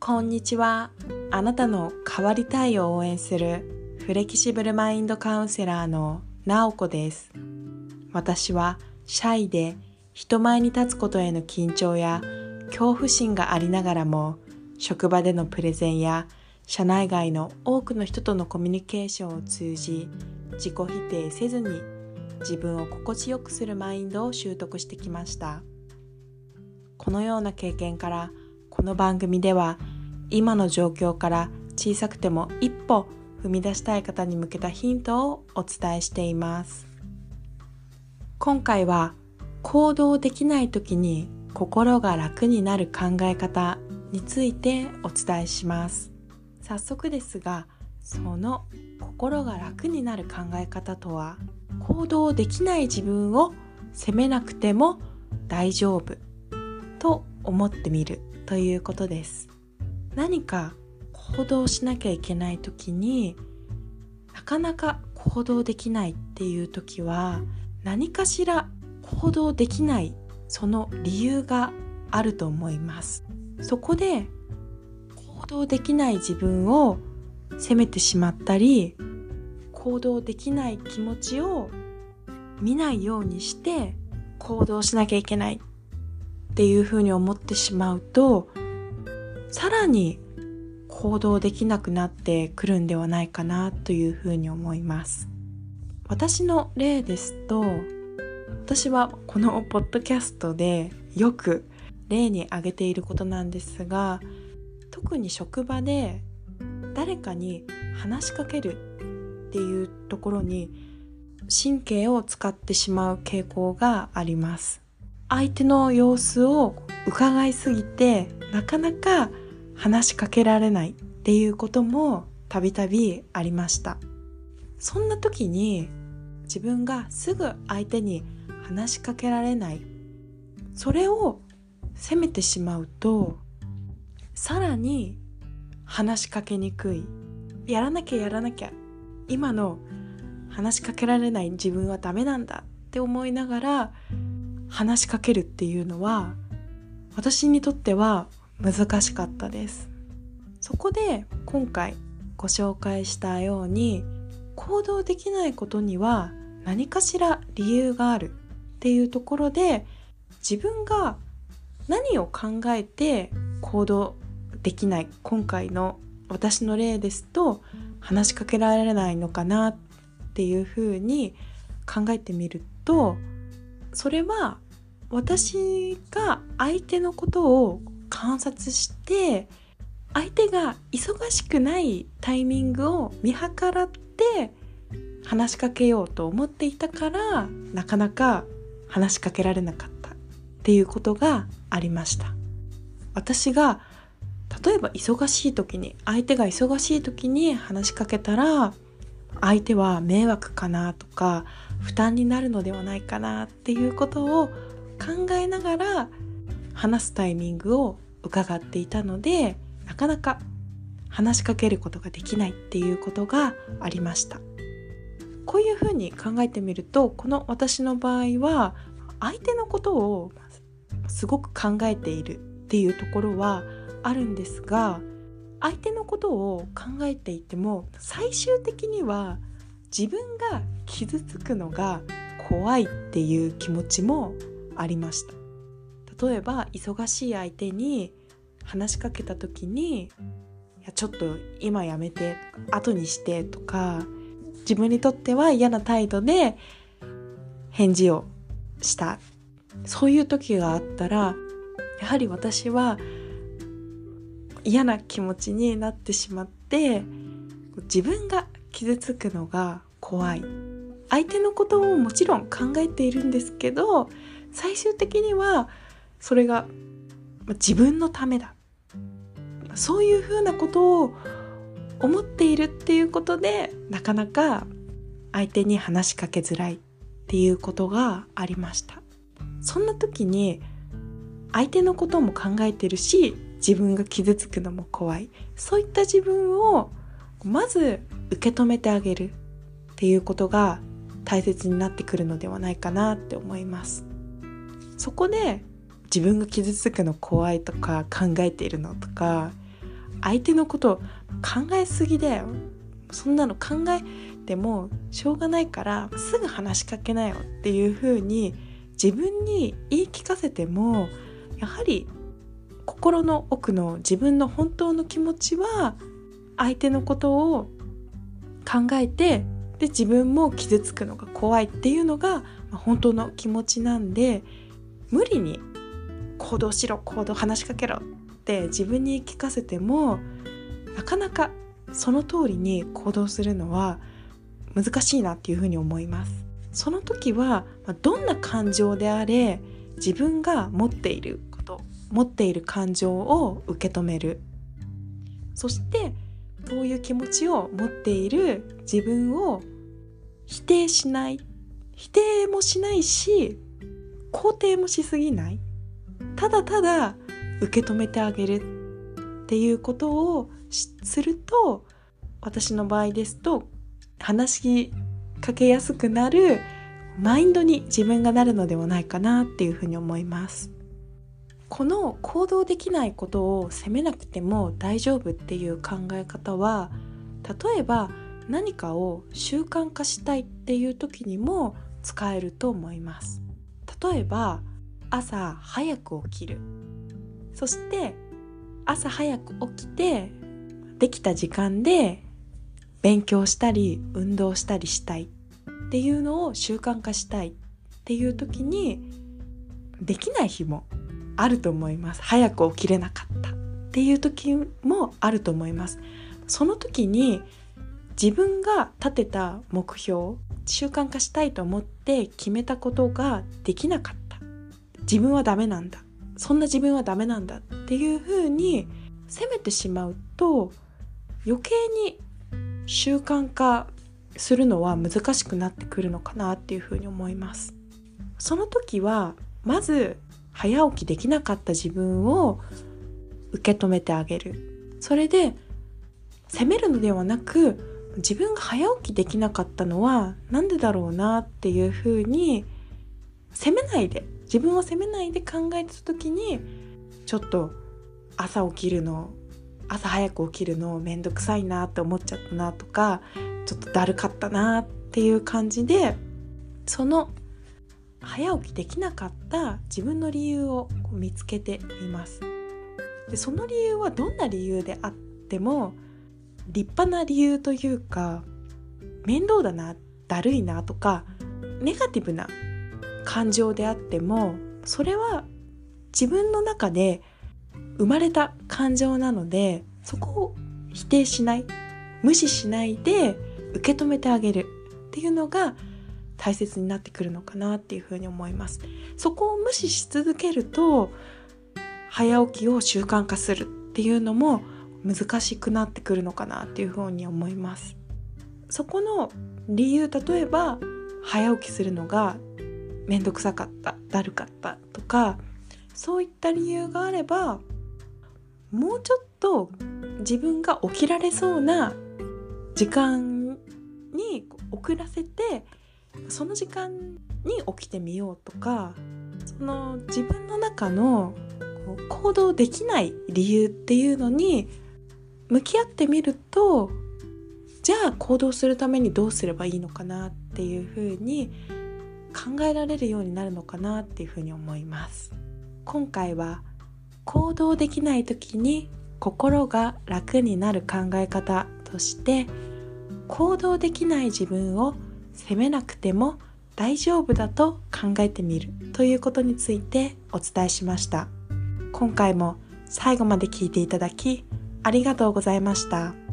こんにちは。あなたの変わりたいを応援するフレキシブルマインドカウンセラーのなおこです。私はシャイで人前に立つことへの緊張や恐怖心がありながらも、職場でのプレゼンや社内外の多くの人とのコミュニケーションを通じ、自己否定せずに自分を心地よくするマインドを習得してきました。このような経験から、この番組では今の状況から小さくても一歩踏み出したい方に向けたヒントをお伝えしています。今回は行動できない時に心が楽になる考え方についてお伝えします。早速ですが、その心が楽になる考え方とは、行動できない自分を責めなくても大丈夫と思ってみるということです。何か行動しなきゃいけない時になかなか行動できないっていう時は、何かしら行動できないその理由があると思います。そこで行動できない自分を責めてしまったり、行動できない気持ちを見ないようにして行動しなきゃいけないっていうふうに思ってしまうと、さらに行動できなくなってくるんではないかなというふうに思います。私の例ですと、私はこのポッドキャストでよく例に挙げていることなんですが、特に職場で誰かに話しかけるっていうところに神経を使ってしまう傾向があります。相手の様子を伺いすぎて、なかなか話しかけられないっていうこともたびたびありました。そんな時に自分がすぐ相手に話しかけられない、それを責めてしまうと、さらに話しかけにくい、やらなきゃ、今の話しかけられない自分はダメなんだって思いながら話しかけるっていうのは、私にとっては難しかったです。そこで今回ご紹介したように、行動できないことには何かしら理由があるっていうところで、自分が何を考えて行動できない、今回の私の例ですと話しかけられないのかなっていうふうに考えてみると、それは私が相手のことを観察して、相手が忙しくないタイミングを見計らって話しかけようと思っていたから、なかなか話しかけられなかったっていうことがありました。私が例えば相手が忙しい時に話しかけたら、相手は迷惑かなとか負担になるのではないかなっていうことを考えながら話すタイミングを伺っていたので、なかなか話しかけることができないっていうことがありました。こういうふうに考えてみると、この私の場合は相手のことをすごく考えているっていうところはあるんですが、相手のことを考えていても最終的には自分が傷つくのが怖いっていう気持ちもありました。例えば忙しい相手に話しかけた時に、いやちょっと今やめて、後にしてとか、自分にとっては嫌な態度で返事をした、そういう時があったら、やはり私は嫌な気持ちになってしまって、自分が傷つくのが怖い。相手のことをもちろん考えているんですけど、最終的にはそれが自分のためだ、そういうふうなことを思っているっていうことで、なかなか相手に話しかけづらいっていうことがありました。そんな時に相手のことも考えてるし、自分が傷つくのも怖い、そういった自分をまず受け止めてあげるっていうことが大切になってくるのではないかなって思います。そこで自分が傷つくの怖いとか考えているのとか、 相手のことを考えすぎだよ、そんなの考えてもしょうがないからすぐ話しかけなよっていう風に自分に言い聞かせても、やはり心の奥の自分の本当の気持ちは相手のことを考えて、で自分も傷つくのが怖いっていうのが本当の気持ちなんで、無理に行動しろ、話しかけろって自分に言い聞かせてもなかなかその通りに行動するのは難しいなっていうふうに思います。その時はどんな感情であれ、自分が持っている感情を受け止める。そしてそういう気持ちを持っている自分を否定もしないし肯定もしすぎない、ただただ受け止めてあげるっていうことをすると、私の場合ですと話しかけやすくなるマインドに自分がなるのではないかなっていうふうに思います。この行動できないことを責めなくても大丈夫っていう考え方は、例えば何かを習慣化したいっていう時にも使えると思います。例えば朝早く起きる、そして朝早く起きてできた時間で勉強したり運動したりしたいっていうのを習慣化したいっていう時に、できない日もあると思います。早く起きれなかったっていう時もあると思います。その時に自分が立てた目標、習慣化したいと思って決めたことができなかった、自分はダメなんだ、そんな自分はダメなんだっていうふうに責めてしまうと、余計に習慣化するのは難しくなってくるのかなっていうふうに思います。その時はまず早起きできなかった自分を受け止めてあげる。それで責めるのではなく、自分が早起きできなかったのはなんでだろうなっていうふうに自分を責めないで考えた時に、ちょっと朝早く起きるのめんどくさいなって思っちゃったなとか、ちょっとだるかったなっていう感じで、その早起きできなかった自分の理由を見つけてみます。でその理由はどんな理由であっても、立派な理由というか、面倒だな、だるいなとかネガティブな感情であっても、それは自分の中で生まれた感情なので、そこを否定しない、無視しないで受け止めてあげるっていうのが大切になってくるのかなっていうふうに思います。そこを無視し続けると、早起きを習慣化するっていうのも難しくなってくるのかなっていうふうに思います。そこの理由、例えば早起きするのがめんどくさかった、だるかったとか、そういった理由があれば、もうちょっと自分が起きられそうな時間に遅らせて、その時間に起きてみようとか、その自分の中の行動できない理由っていうのに向き合ってみると、じゃあ行動するためにどうすればいいのかなっていうふうに考えられるようになるのかなっていうふうに思います。今回は行動できない時に心が楽になる考え方として、行動できない自分を責めなくても大丈夫だと考えてみるということについてお伝えしました。今回も最後まで聞いていただきありがとうございました。